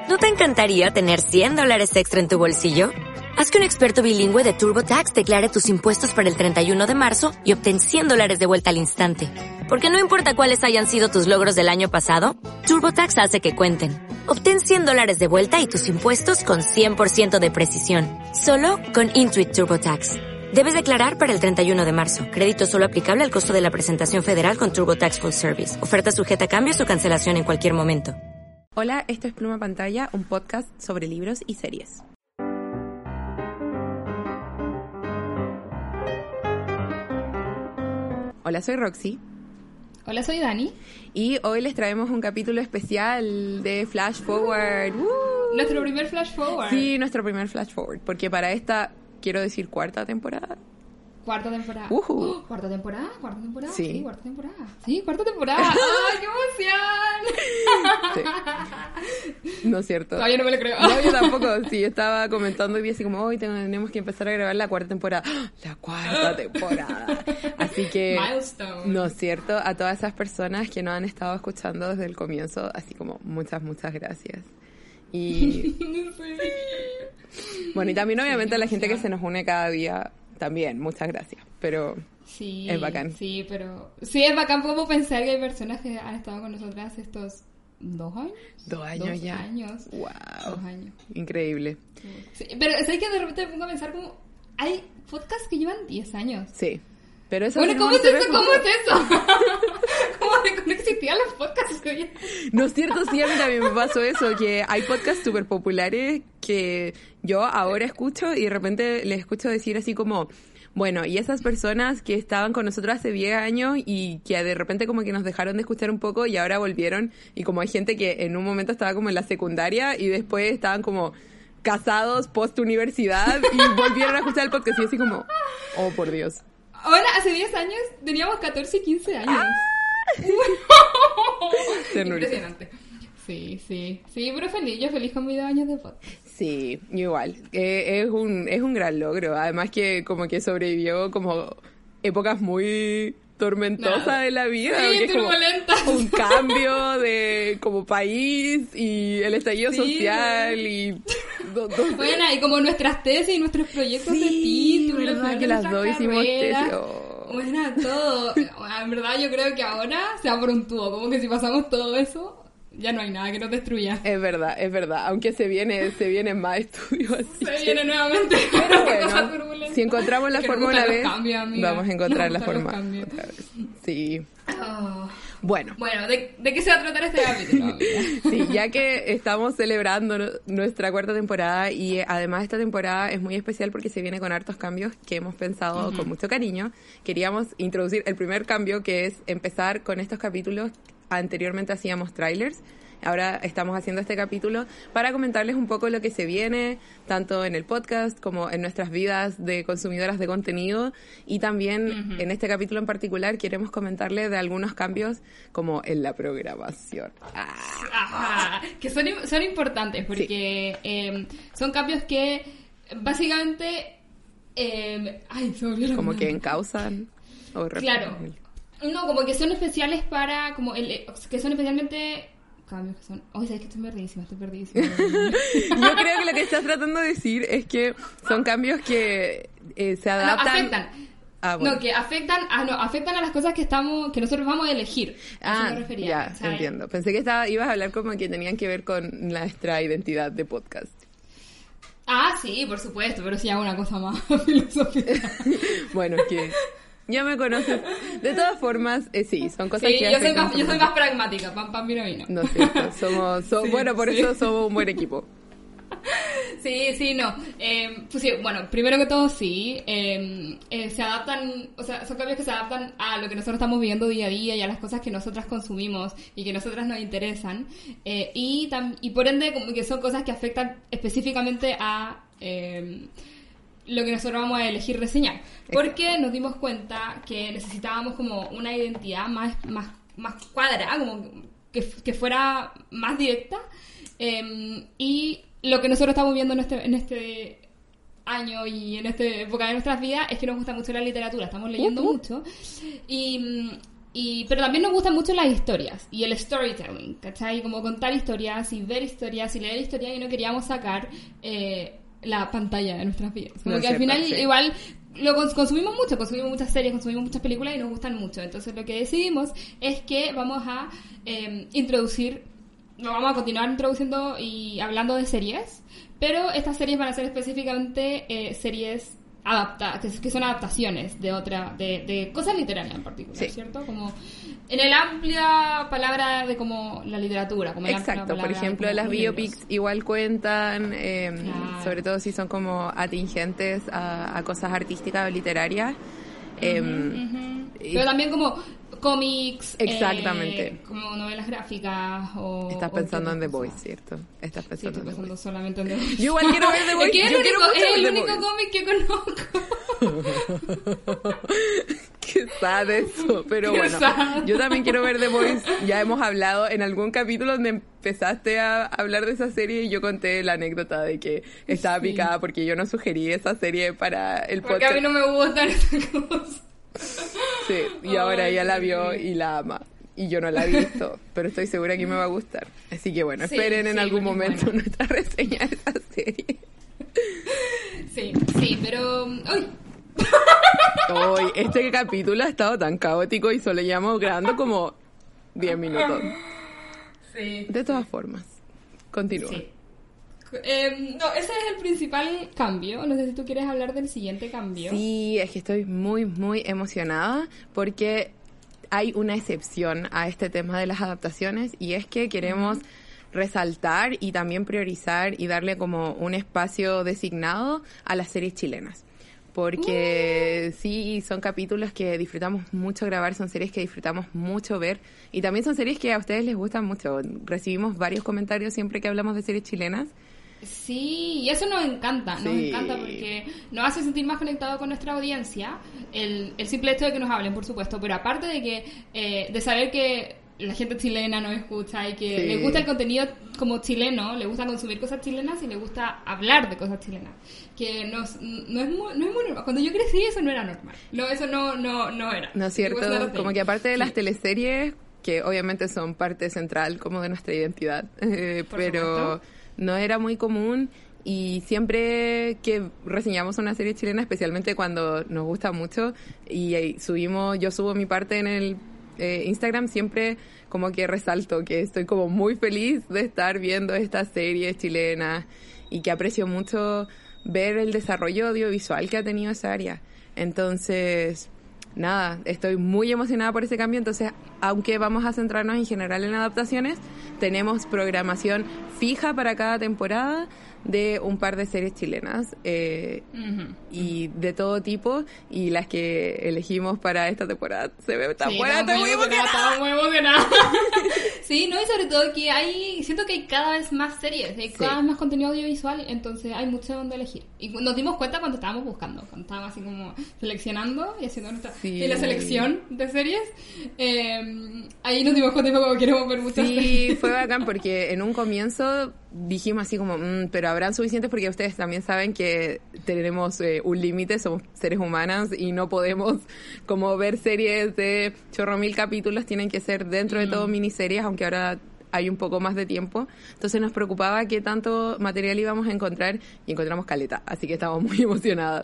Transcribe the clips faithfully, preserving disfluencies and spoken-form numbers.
¿No te encantaría tener cien dólares extra en tu bolsillo? Haz que un experto bilingüe de TurboTax declare tus impuestos para el treinta y uno de marzo y obtén cien dólares de vuelta al instante. Porque no importa cuáles hayan sido tus logros del año pasado, TurboTax hace que cuenten. Obtén cien dólares de vuelta y tus impuestos con cien por ciento de precisión. Solo con Intuit TurboTax. Debes declarar para el treinta y uno de marzo. Crédito solo aplicable al costo de la presentación federal con TurboTax Full Service. Oferta sujeta a cambios o cancelación en cualquier momento. Hola, esto es Pluma Pantalla, un podcast sobre libros y series. Hola, soy Roxy. Hola, soy Dani. Y hoy les traemos un capítulo especial de Flash Forward. ¡Woo! Nuestro primer Flash Forward. Sí, nuestro primer Flash Forward. Porque para esta, quiero decir, cuarta temporada. Cuarta temporada. Uh-huh. Oh, ¿Cuarta temporada? ¿Cuarta temporada? Sí. Sí, cuarta temporada. Sí, cuarta temporada. ¡Ay, qué emoción! Sí. No es cierto. Todavía no me lo creo. No, yo tampoco. Sí, estaba comentando y vi así como, hoy tenemos que empezar a grabar la cuarta temporada. ¡Ah! La cuarta temporada. Así que, Milestone. no es cierto, a todas esas personas que nos han estado escuchando desde el comienzo, así como, muchas, muchas gracias. Y bueno, y también obviamente a la gente que se nos une cada día, también, muchas gracias, pero sí, es bacán. Sí, pero sí es bacán como pensar que hay personas que han estado con nosotras estos dos años. Dos años dos ya. años. Wow. Dos años. Increíble. Sí, pero ¿sabes que de repente me pongo a pensar como hay podcasts que llevan diez años? Sí. Pero eso bueno, ¿cómo es eso? ¿Cómo es eso? ¿Cómo de no existían los podcasts? No es cierto, sí, a mí también me pasó eso, que hay podcasts súper populares que yo ahora escucho y de repente les escucho decir así como, bueno, y esas personas que estaban con nosotros hace diez años y que de repente como que nos dejaron de escuchar un poco y ahora volvieron, y como hay gente que en un momento estaba como en la secundaria y después estaban como casados post universidad y volvieron a escuchar el podcast y así como, oh por Dios. Ahora, hace diez años teníamos catorce y quince años. ¡Ah! Impresionante. Sí, sí. Sí, pero feliz. Yo feliz con mis dos años de podcast. Sí, igual. Eh, es un es un gran logro. Además que como que sobrevivió como épocas muy tormentosas Nada. de la vida. Sí, turbulentas. Un cambio de como país y el estallido sí, social y... Do, do, bueno, y como nuestras tesis y nuestros proyectos sí, de título. verdad que las dos hicimos tesis. Oh. Bueno, todo. En verdad yo creo que ahora se abre un tubo. Como que si pasamos todo eso, ya no hay nada que nos destruya. Es verdad, es verdad. Aunque se viene, se vienen más estudios así. Se que... viene nuevamente. Pero bueno, si encontramos la forma una vez, cambios, vamos a encontrar la forma otra vez. Sí. Oh. Bueno. Bueno, ¿de, ¿de qué se va a tratar este capítulo? Sí, ya que estamos celebrando nuestra cuarta temporada y además esta temporada es muy especial porque se viene con hartos cambios que hemos pensado uh-huh. con mucho cariño, queríamos introducir el primer cambio, que es empezar con estos capítulos. Anteriormente hacíamos trailers. Ahora estamos haciendo este capítulo para comentarles un poco lo que se viene, tanto en el podcast como en nuestras vidas de consumidoras de contenido. Y también uh-huh. en este capítulo en particular queremos comentarles de algunos cambios como en la programación. Ah. Ajá, que son, son importantes porque sí. eh, son cambios que básicamente... Eh, ay, se volvió como que encausan o claro. No, como que son especiales para... como el, que son especialmente... cambios que son... Oye, sabes que estoy perdidísima, estoy perdidísima. Yo creo que lo que estás tratando de decir es que son cambios que eh, se adaptan... No, afectan. Ah, bueno. No, que afectan a, no, afectan a las cosas que estamos que nosotros vamos a elegir. Ah, me refería, ya, ¿sabes? Entiendo. Pensé que estaba, ibas a hablar como que tenían que ver con nuestra identidad de podcast. Ah, sí, por supuesto, pero sí hago una cosa más filosófica. Bueno, es que... ya me conoces. De todas formas, eh, sí, son cosas sí, que... yo soy más, yo soy más pragmática, pam, pam, vino, vino. No es cierto, somos... So, sí, bueno, por sí. eso somos un buen equipo. Sí, sí, no. Eh, pues sí, bueno, primero que todo, sí. Eh, eh, se adaptan, o sea, son cambios que se adaptan a lo que nosotros estamos viviendo día a día y a las cosas que nosotras consumimos y que nosotras nos interesan. Eh, y, tam- y por ende, como que son cosas que afectan específicamente a... Eh, lo que nosotros vamos a elegir reseñar. Porque Exacto. nos dimos cuenta que necesitábamos como una identidad más, más, más cuadrada, como que, que fuera más directa. Eh, y lo que nosotros estamos viendo en este, en este año y en esta época de nuestras vidas es que nos gusta mucho la literatura. Estamos leyendo uh-huh. mucho. Y, Y, pero también nos gustan mucho las historias y el storytelling, ¿cachai? Como contar historias y ver historias y leer historias, y no queríamos sacar eh, la pantalla de nuestras vidas. Como no que sé, al final sí. igual lo cons- consumimos mucho, consumimos muchas series, consumimos muchas películas y nos gustan mucho. Entonces lo que decidimos es que vamos a eh, introducir, lo vamos a continuar introduciendo y hablando de series, pero estas series van a ser específicamente eh, series adapta que, que son adaptaciones de otra de, de cosas literarias en particular, sí. ¿cierto? Como en el amplia palabra de como la literatura, como exacto, por ejemplo de las biopics libros. igual cuentan, eh, Claro. sobre todo si son como atingentes a, a cosas artísticas o literarias. eh, Uh-huh, uh-huh. y- Pero también como cómics, Exactamente. eh, como novelas gráficas o... Estás o pensando qué en The otras Voice, cosas. ¿cierto? Estás Sí, pensando estoy en The pensando Voice. solamente en The Voice. Yo igual quiero ver The Voice. Es que es yo el quiero único, mucho es ver el The único Voice. cómic que conozco. Qué sad eso, pero Qué bueno, sad. yo también quiero ver The Voice. Ya hemos hablado en algún capítulo donde empezaste a hablar de esa serie y yo conté la anécdota de que estaba Sí. picada porque yo no sugerí esa serie para el Porque a podcast. mí no me gustan estas cosas. Sí, y ahora Ay, ella la qué vio horrible. y la ama. Y yo no la he visto, pero estoy segura que me va a gustar. Así que bueno, Sí, esperen en sí, algún porque es momento buena. nuestra reseña de esa serie. Sí, sí, pero... ¡Uy! Hoy, este capítulo ha estado tan caótico y solo llevamos grabando como diez minutos. Sí. De todas formas, continúa. Sí. Eh, no, ese es el principal cambio. No sé si tú quieres hablar del siguiente cambio. Sí, es que estoy muy, muy emocionada porque hay una excepción a este tema de las adaptaciones y es que queremos resaltar y también priorizar y darle como un espacio designado a las series chilenas. Porque sí, son capítulos que disfrutamos mucho grabar, son series que disfrutamos mucho ver y también son series que a ustedes les gustan mucho. Recibimos varios comentarios siempre que hablamos de series chilenas. Sí, y eso nos encanta, nos Sí. encanta porque nos hace sentir más conectados con nuestra audiencia, el, el simple hecho de que nos hablen, por supuesto, pero aparte de que eh, de saber que la gente chilena nos escucha y que Sí. le gusta el contenido como chileno, le gusta consumir cosas chilenas y le gusta hablar de cosas chilenas, que nos, no, es muy, no es muy normal. Cuando yo crecí eso no era normal, no, eso no, no, no era. ¿No es cierto? It was not a thing. Como que aparte de las Sí. teleseries, que obviamente son parte central como de nuestra identidad, eh, Por pero supuesto. no era muy común y siempre que reseñamos una serie chilena, especialmente cuando nos gusta mucho y, eh, subimos, yo subo mi parte en el eh, Instagram, siempre como que resalto que estoy como muy feliz de estar viendo estas series chilenas y que aprecio mucho ver el desarrollo audiovisual que ha tenido esa área. Entonces, nada, estoy muy emocionada por ese cambio. Entonces, aunque vamos a centrarnos en general en adaptaciones, tenemos programación fija para cada temporada de un par de series chilenas eh, Ujú. y de todo tipo, y las que elegimos para esta temporada se ve tan Sí, buena, estaba estoy muy emocionada, emocionada. estaba muy emocionada. Sí, no, y sobre todo que hay, siento que hay cada vez más series, hay Sí. cada vez más contenido audiovisual, entonces hay mucho donde elegir. Y nos dimos cuenta cuando estábamos buscando, cuando estábamos así como seleccionando y haciendo nuestra Sí. y la selección de series, eh, ahí nos dimos cuenta y fue como queremos ver muchas Sí, series. fue bacán porque en un comienzo dijimos así como, "Mm, pero habrán suficientes", porque ustedes también saben que tenemos eh, un límite, somos seres humanos y no podemos como ver series de chorro mil capítulos, tienen que ser dentro de todo miniseries, aunque ahora hay un poco más de tiempo. Entonces nos preocupaba qué tanto material íbamos a encontrar y encontramos caleta, así que estamos muy emocionadas.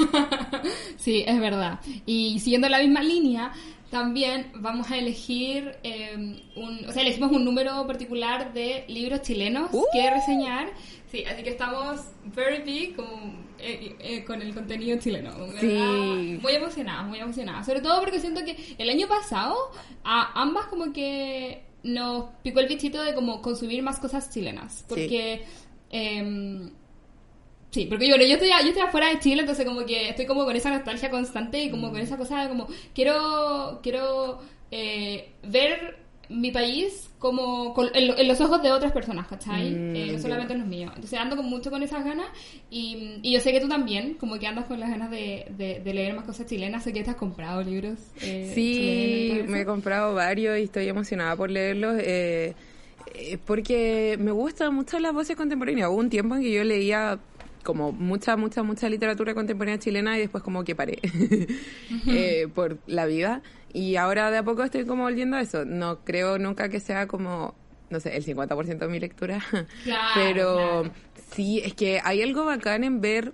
Sí, es verdad. Y siguiendo la misma línea, también vamos a elegir eh, un, o sea, elegimos un número particular de libros chilenos Uh. que reseñar. Sí, así que estamos very big como, eh, eh, con el contenido chileno. ¿Verdad? Sí. Muy emocionadas, muy emocionadas. Sobre todo porque siento que el año pasado a ambas como que nos picó el bichito de como consumir más cosas chilenas. Porque... em, sí, porque yo, yo estoy yo estoy afuera de Chile, entonces como que estoy como con esa nostalgia constante y como con esa cosa de como quiero quiero eh, ver mi país como con- en, lo- en los ojos de otras personas, ¿cachai? Mm, Eh, no solamente en los míos. Entonces ando con, mucho con esas ganas y, y yo sé que tú también, como que andas con las ganas de, de, de leer más cosas chilenas. Sé que te has comprado libros. eh, chilenos y Sí, todo eso. me he comprado varios y estoy emocionada por leerlos. Eh, eh, porque me gustan mucho las voces contemporáneas. Hubo un tiempo en que yo leía como mucha, mucha, mucha literatura contemporánea chilena y después como que paré eh, por la vida. Y ahora de a poco estoy como volviendo a eso. No creo nunca que sea como, no sé, el cincuenta por ciento de mi lectura. Claro, pero claro. sí, es que hay algo bacán en ver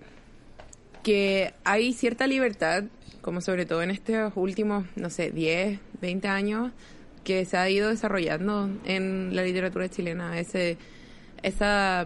que hay cierta libertad, como sobre todo en estos últimos, no sé, diez, veinte años, que se ha ido desarrollando en la literatura chilena. Ese, esa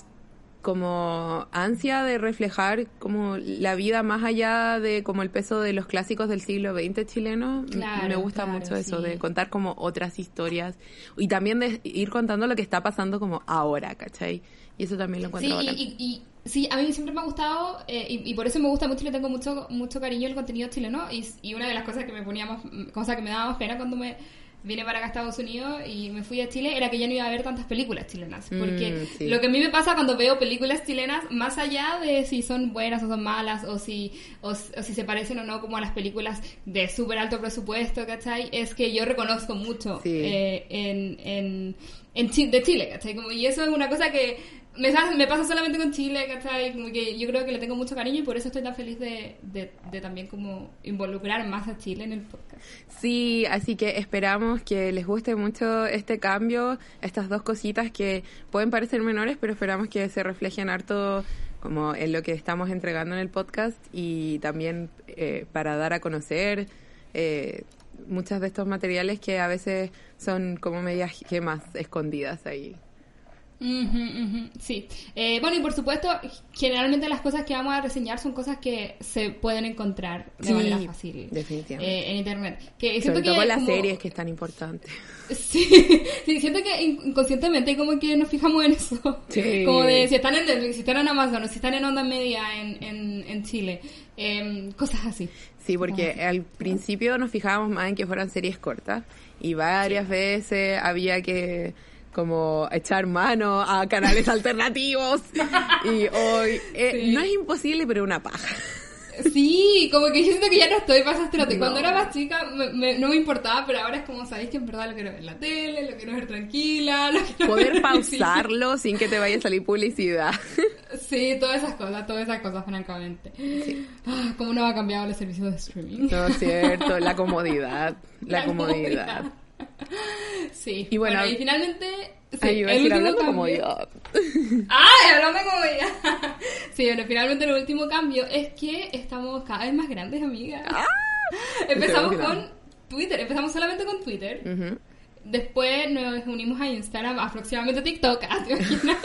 como ansia de reflejar como la vida más allá de como el peso de los clásicos del siglo veinte chileno. Claro, me gusta claro, mucho eso, sí. de contar como otras historias y también de ir contando lo que está pasando como ahora, ¿cachai? Y eso también lo encuentro Sí, bacán. y, y, y sí, a mí siempre me ha gustado eh, y, y por eso me gusta mucho y le tengo mucho mucho cariño al contenido chileno y, y una de las cosas que me ponía más, cosa que me daba más pena cuando me vine para acá a Estados Unidos y me fui a Chile era que ya no iba a ver tantas películas chilenas, porque Mm, sí. lo que a mí me pasa cuando veo películas chilenas, más allá de si son buenas o son malas o si o, o si se parecen o no como a las películas de súper alto presupuesto, ¿cachai? Es que yo reconozco mucho Sí. eh, en, en, en Chi- de Chile, ¿cachai? Como, y eso es una cosa que me, sa- me pasa solamente con Chile, ¿cachai? Como que yo creo que le tengo mucho cariño y por eso estoy tan feliz de, de, de también como involucrar más a Chile en el podcast. Sí, así que esperamos que les guste mucho este cambio, estas dos cositas que pueden parecer menores, pero esperamos que se reflejen harto como en lo que estamos entregando en el podcast y también eh, para dar a conocer eh, muchos de estos materiales que a veces son como medias gemas escondidas ahí. Ujú, ujú, sí. Eh, bueno, y por supuesto, generalmente las cosas que vamos a reseñar son cosas que se pueden encontrar de Sí, manera fácil definitivamente. eh, en internet. Que siento Sobre todo que con las como- series que es tan importante. Sí, sí, siento que in- inconscientemente como que nos fijamos en eso. Sí. Como de si están en Netflix, si están en Amazon o si están en Onda Media en, en, en Chile. Em, cosas así. Sí, porque al principio nos fijábamos más en que fueran series cortas y varias veces había que como echar mano a canales alternativos y hoy eh, Sí. no es imposible, pero una paja. Sí, como que yo siento que ya no estoy para esas terapias. No. Cuando era más chica me- me- no me importaba, pero ahora es como, sabéis que en verdad lo quiero ver en la tele, lo quiero ver tranquila, lo quiero Poder ver- pausarlo sin que te vaya a salir publicidad. Sí, todas esas cosas, todas esas cosas, francamente. Ah, ¿cómo no ha cambiado los servicios de streaming? No es cierto, la comodidad, la, La comodidad. comodidad. Sí, Y bueno, y finalmente... Sí, Ay, iba a el decir, último hablando de cambio- comodidad. ¡Ay, hablando de comodidad! Sí, bueno, finalmente el último cambio es que estamos cada vez más grandes, amigas. Empezamos Estoy con Twitter, empezamos solamente con Twitter. Ujú. Después nos unimos a Instagram, aproximadamente TikTok. ¿Ah, te imaginas?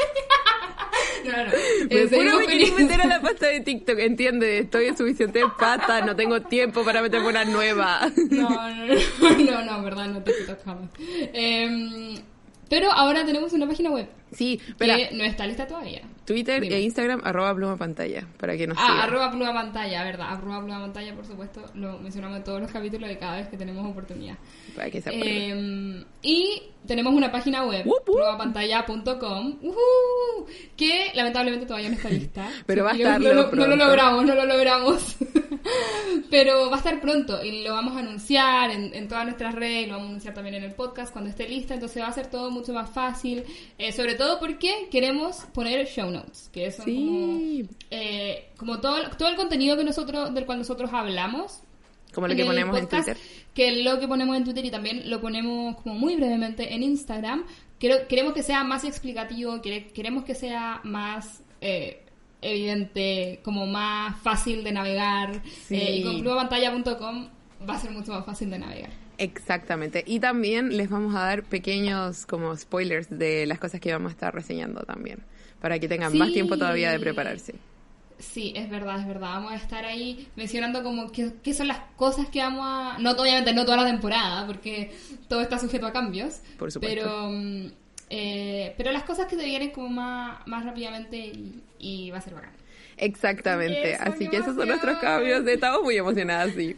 No, no, no. Me Eh, puro seguimos me con quería meter a Instagram. la pasta de TikTok, entiende, estoy en suficiente pata, no tengo tiempo para meterme una nueva. No, no, no, no, no, verdad, no TikTok jamás. Em, pero ahora tenemos una página web Sí, espera, que no está lista todavía. Twitter Dime. e Instagram, arroba pluma pantalla, para que nos Ah, sigan. arroba pluma pantalla, verdad, arroba pluma pantalla, por supuesto, lo mencionamos en todos los capítulos de cada vez que tenemos oportunidad. Para que se acuerden. Eh, y tenemos una página web, Wup, wup. plumapantalla punto com, ujú, que lamentablemente todavía no está lista. Pero va a Sí, estarlo no, lo- no pronto. lo logramos, no lo logramos. Pero va a estar pronto y lo vamos a anunciar en, en todas nuestras redes, lo vamos a anunciar también en el podcast cuando esté lista, entonces va a ser todo mucho más fácil, eh, sobre todo porque queremos poner show notes, que son Sí. como, eh, como todo, todo el contenido que nosotros, del cual nosotros hablamos, Como lo en que el ponemos podcast, en Twitter. que lo que ponemos en Twitter y también lo ponemos como muy brevemente en Instagram. Quero- queremos que sea más explicativo, quere- queremos que sea más eh, evidente, como más fácil de navegar. Sí. Eh, y con plumapantalla punto com va a ser mucho más fácil de navegar. Exactamente. Y también les vamos a dar pequeños como spoilers de las cosas que vamos a estar reseñando también, para que tengan más Sí. tiempo todavía de prepararse. Sí, es verdad, es verdad. Vamos a estar ahí mencionando como qué, qué son las cosas que vamos a... No, obviamente no toda la temporada, porque todo está sujeto a cambios. Por supuesto. Pero, mm, eh, pero las cosas que te vienen como más, más rápidamente y, y va a ser bacán. Exactamente. Eso, Así qué que esos son emoción. nuestros cambios. Estamos muy emocionadas, sí.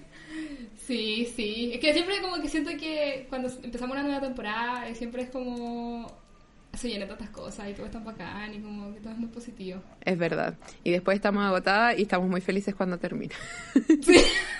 Sí, sí. Es que siempre como que siento que cuando empezamos una nueva temporada eh, siempre es como... Se llena de tantas cosas y todo es tan bacán y como que todo es muy positivo. Es verdad. Y después estamos agotadas y estamos muy felices cuando termina. Sí.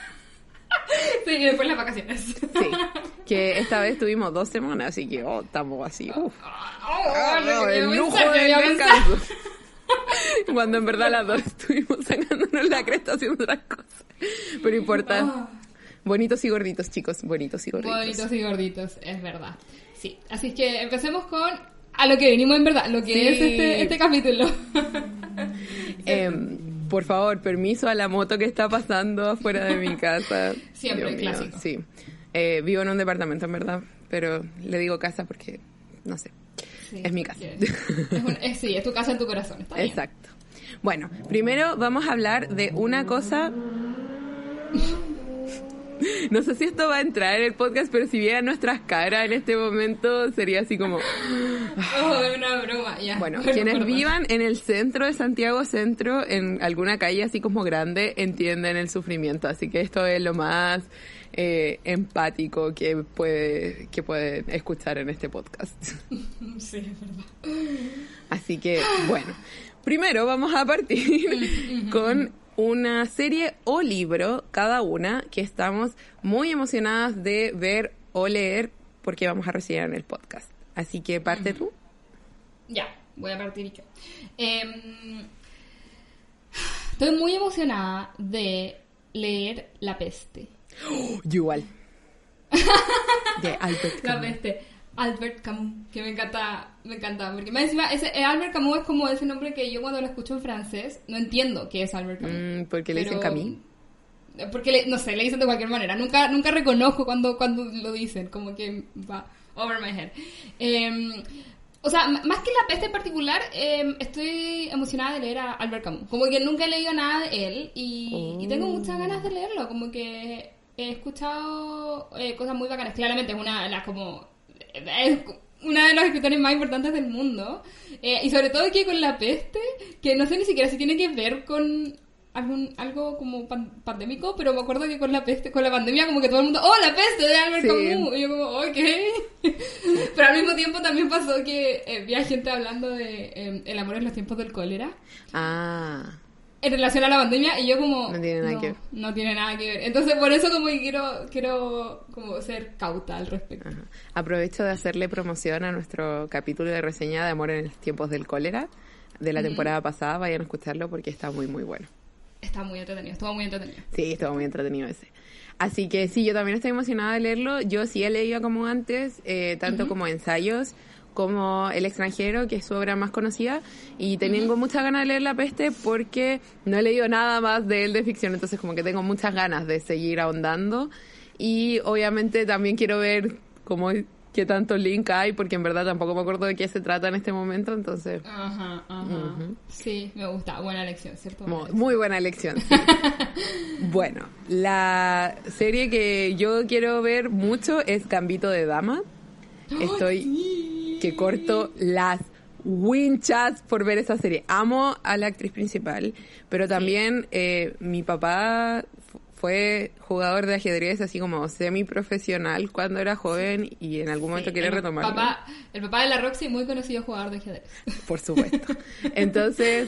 Sí, y después las vacaciones. Sí. Que esta vez tuvimos dos semanas, así que oh, estamos así. Uf. Oh, no sé Oh, qué el voy a lujo pensar, qué del voy a pensar. descanso. Cuando en verdad las dos estuvimos sacándonos la cresta haciendo otras cosas. Pero importa. Oh. Bonitos y gorditos, chicos. Bonitos y gorditos. Bonitos y gorditos, es verdad. Sí, así que empecemos con a lo que venimos en verdad, lo que sí. es este, este capítulo. eh, por favor, permiso a la moto que está pasando afuera de mi casa. Siempre, Dios clásico. Mío, sí. Eh, vivo en un departamento, en verdad, pero le digo casa porque, no sé, sí, es mi casa. Es un, es, sí, es tu casa en tu corazón. Está bien. Exacto. Bueno, primero vamos a hablar de una cosa... No sé si esto va a entrar en el podcast, pero si vieran nuestras caras en este momento, sería así como... Oh, es una broma, ya. Bueno, bueno, quienes perdón. vivan en el centro de Santiago Centro, en alguna calle así como grande, entienden el sufrimiento. Así que esto es lo más eh, empático que puede que pueden escuchar en este podcast. Sí, es verdad. Así que, bueno, primero vamos a partir con... una serie o libro, cada una, que estamos muy emocionadas de ver o leer porque vamos a recibir en el podcast. Así que parte tú. Ya, voy a partir yo. Eh, estoy muy emocionada de leer La Peste. Oh, yo igual. De Albert Camus. La Peste. Albert Camus, que me encanta, me encanta, porque más encima, ese, Albert Camus es como ese nombre que yo cuando lo escucho en francés, no entiendo qué es Albert Camus. Mm, ¿Porque le pero, dicen Camus? Porque, le, no sé, le dicen de cualquier manera, nunca nunca reconozco cuando, cuando lo dicen, como que va over my head. Eh, o sea, m- más que La Peste en particular, eh, estoy emocionada de leer a Albert Camus, como que nunca he leído nada de él, y, oh. y tengo muchas ganas de leerlo, como que he escuchado eh, cosas muy bacanas, claramente es una de las como... es una de los escritores más importantes del mundo, eh, y sobre todo que con La Peste, que no sé ni siquiera si tiene que ver con algún algo como pan- pandémico, pero me acuerdo que con la peste, con la pandemia como que todo el mundo, ¡oh, La Peste de Albert sí. Camus! Y yo como, ok. Pero al mismo tiempo también pasó que eh, vi a gente hablando de eh, el amor en los tiempos del cólera. Ah... en relación a la pandemia, y yo como... No tiene nada no, que ver. No tiene nada que ver. Entonces, por eso como que quiero, quiero como ser cauta al respecto. Ajá. Aprovecho de hacerle promoción a nuestro capítulo de reseña de Amor en los tiempos del cólera de la mm. temporada pasada. Vayan a escucharlo porque está muy, muy bueno. Está muy entretenido, estuvo muy entretenido. Sí, estuvo muy entretenido ese. Así que sí, yo también estoy emocionada de leerlo. Yo sí he leído como antes, eh, tanto uh-huh. como ensayos, como El extranjero, que es su obra más conocida, y tengo uh-huh. muchas ganas de leer La Peste porque no he leído nada más de él de ficción, entonces como que tengo muchas ganas de seguir ahondando, y obviamente también quiero ver cómo qué tanto link hay, porque en verdad tampoco me acuerdo de qué se trata en este momento, entonces... Ajá, ajá. Uh-huh. Sí, me gusta. Buena elección, ¿cierto? Buena muy, elección. muy buena elección, sí. Bueno, la serie que yo quiero ver mucho es Gambito de Dama. Estoy... ¡Oh, sí! Que corto las winchas por ver esa serie. Amo a la actriz principal, pero también sí. eh, mi papá fue jugador de ajedrez así como semiprofesional cuando era joven y en algún momento sí, quiere retomarlo. Papá, el papá de la Roxy, muy conocido jugador de ajedrez. Por supuesto. Entonces,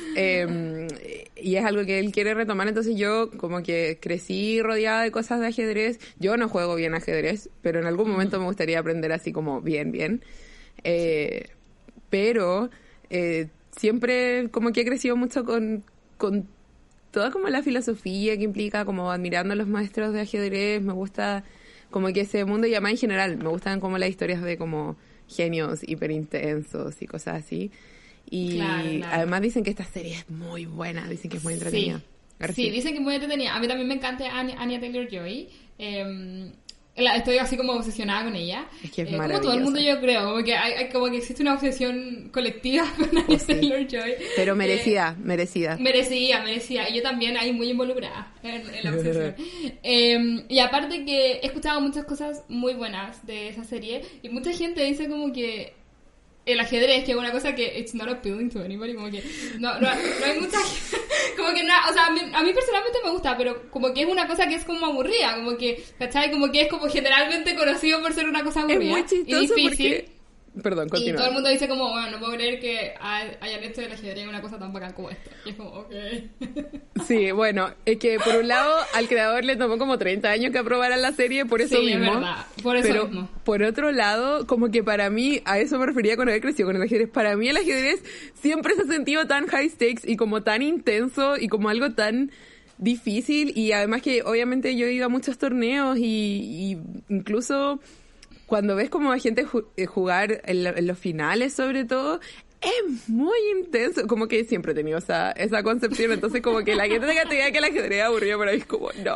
eh, y es algo que él quiere retomar, entonces yo como que crecí rodeada de cosas de ajedrez. Yo no juego bien ajedrez, pero en algún momento me gustaría aprender así como bien, bien. Eh, pero eh, siempre como que he crecido mucho con... con toda como la filosofía que implica como admirando a los maestros de ajedrez. Me gusta como que ese mundo, y además en general me gustan como las historias de como genios hiperintensos y cosas así, y claro, claro. además dicen que esta serie es muy buena, dicen que es muy entretenida. Sí, sí dicen que es muy entretenida. A mí también me encanta Anya, Anya Taylor-Joy. eh, La, estoy así como obsesionada con ella. Es que es eh, maravillosa. Como todo el mundo, yo creo. Como que hay, hay como que existe una obsesión colectiva con Anya oh, sí. Taylor-Joy. Pero merecida, eh, merecida. Merecida, merecida. Y yo también ahí muy involucrada en, en la obsesión. eh, y aparte que he escuchado muchas cosas muy buenas de esa serie. Y mucha gente dice como que el ajedrez, que es una cosa que it's not appealing to anybody, como que no, no, no hay mucha como que no, o sea, a mí, a mí personalmente me gusta, pero como que es una cosa que es como aburrida, como que, ¿cachai? Como que es como generalmente conocido por ser una cosa aburrida. Es muy chistoso y difícil. Porque... Perdón, continúa. Y todo el mundo dice como, bueno, no puedo creer que hayan hecho del ajedrez una cosa tan bacán como esto. Y es como, ok. Sí, bueno, es que por un lado al creador le tomó como treinta años que aprobaran la serie por eso sí, mismo. Es verdad, por eso pero mismo. Por otro lado, como que para mí, a eso me refería con haber crecido con el ajedrez. Para mí el ajedrez siempre se ha sentido tan high stakes y como tan intenso y como algo tan difícil. Y además que obviamente yo he ido a muchos torneos y, y incluso... Cuando ves como a gente jugar en, en los finales, sobre todo, es muy intenso. Como que siempre he tenido esa, esa concepción. Entonces, como que la gente tenga idea que el ajedrez es aburrido, pero es como, no.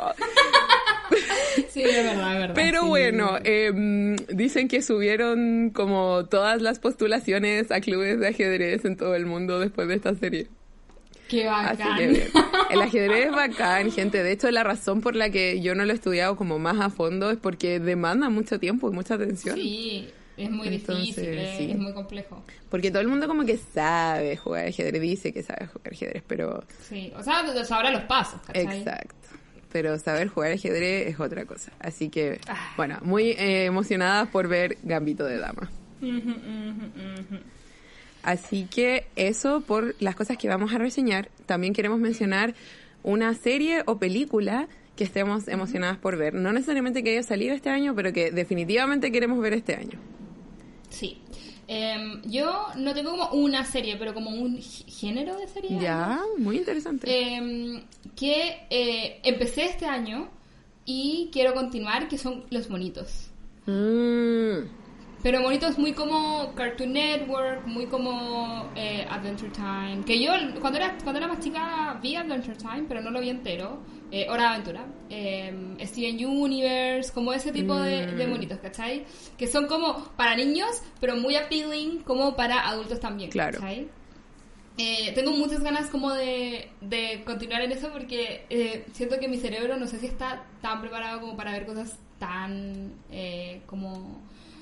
Sí, es verdad, es verdad. Pero sí. bueno, eh, dicen que subieron como todas las postulaciones a clubes de ajedrez en todo el mundo después de esta serie. ¡Qué bacán! Así que bien. El ajedrez es bacán, gente. De hecho, la razón por la que yo no lo he estudiado como más a fondo es porque demanda mucho tiempo y mucha atención. Sí, es muy Entonces, difícil, es, sí. es muy complejo. Porque todo el mundo como que sabe jugar ajedrez, dice que sabe jugar ajedrez, pero... Sí, o sea, sabrá los pasos, ¿cachai? Exacto. Pero saber jugar ajedrez es otra cosa. Así que, Ah. bueno, muy eh, emocionada por ver Gambito de Dama. Uh-huh, uh-huh, uh-huh. Así que eso por las cosas que vamos a reseñar. También queremos mencionar una serie o película que estemos emocionadas por ver. No necesariamente que haya salido este año, pero que definitivamente queremos ver este año. Sí. Eh, yo no tengo como una serie, pero como un género de serie. Ya, muy interesante. Eh, que eh, empecé este año y quiero continuar, que son Los Monitos. Mm. Pero Monitos muy como Cartoon Network, muy como eh, Adventure Time. Que yo cuando era cuando era más chica vi Adventure Time, pero no lo vi entero. Eh, Hora de Aventura, eh, Steven Universe, como ese tipo de, de monitos, ¿cachai? Que son como para niños, pero muy appealing como para adultos también, Claro. ¿cachai? Eh, tengo muchas ganas como de, de continuar en eso porque eh, siento que mi cerebro no sé si está tan preparado como para ver cosas tan eh, como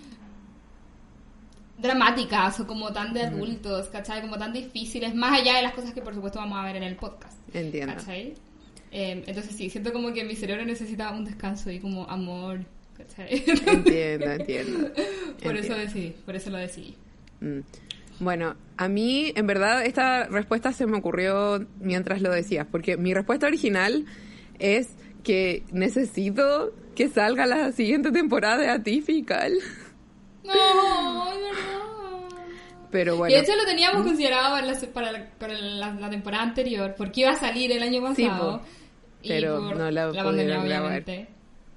dramáticas o como tan de adultos, ¿cachai? Como tan difíciles, más allá de las cosas que por supuesto vamos a ver en el podcast. Entiendo. ¿Cachai? Eh, entonces sí, siento como que mi cerebro necesita un descanso y como amor, ¿cachai? Entiendo, entiendo. Por Entiendo. eso decidí, por eso lo decidí. Mm. Bueno, a mí, en verdad, esta respuesta se me ocurrió mientras lo decías, porque mi respuesta original es que necesito que salga la siguiente temporada de Atypical. No, es verdad. Pero Y bueno. de hecho lo teníamos considerado en la, para, la, para la, la temporada anterior, porque iba a salir el año pasado. Sí, po. Pero por no la pandemia, pudieron grabar. obviamente.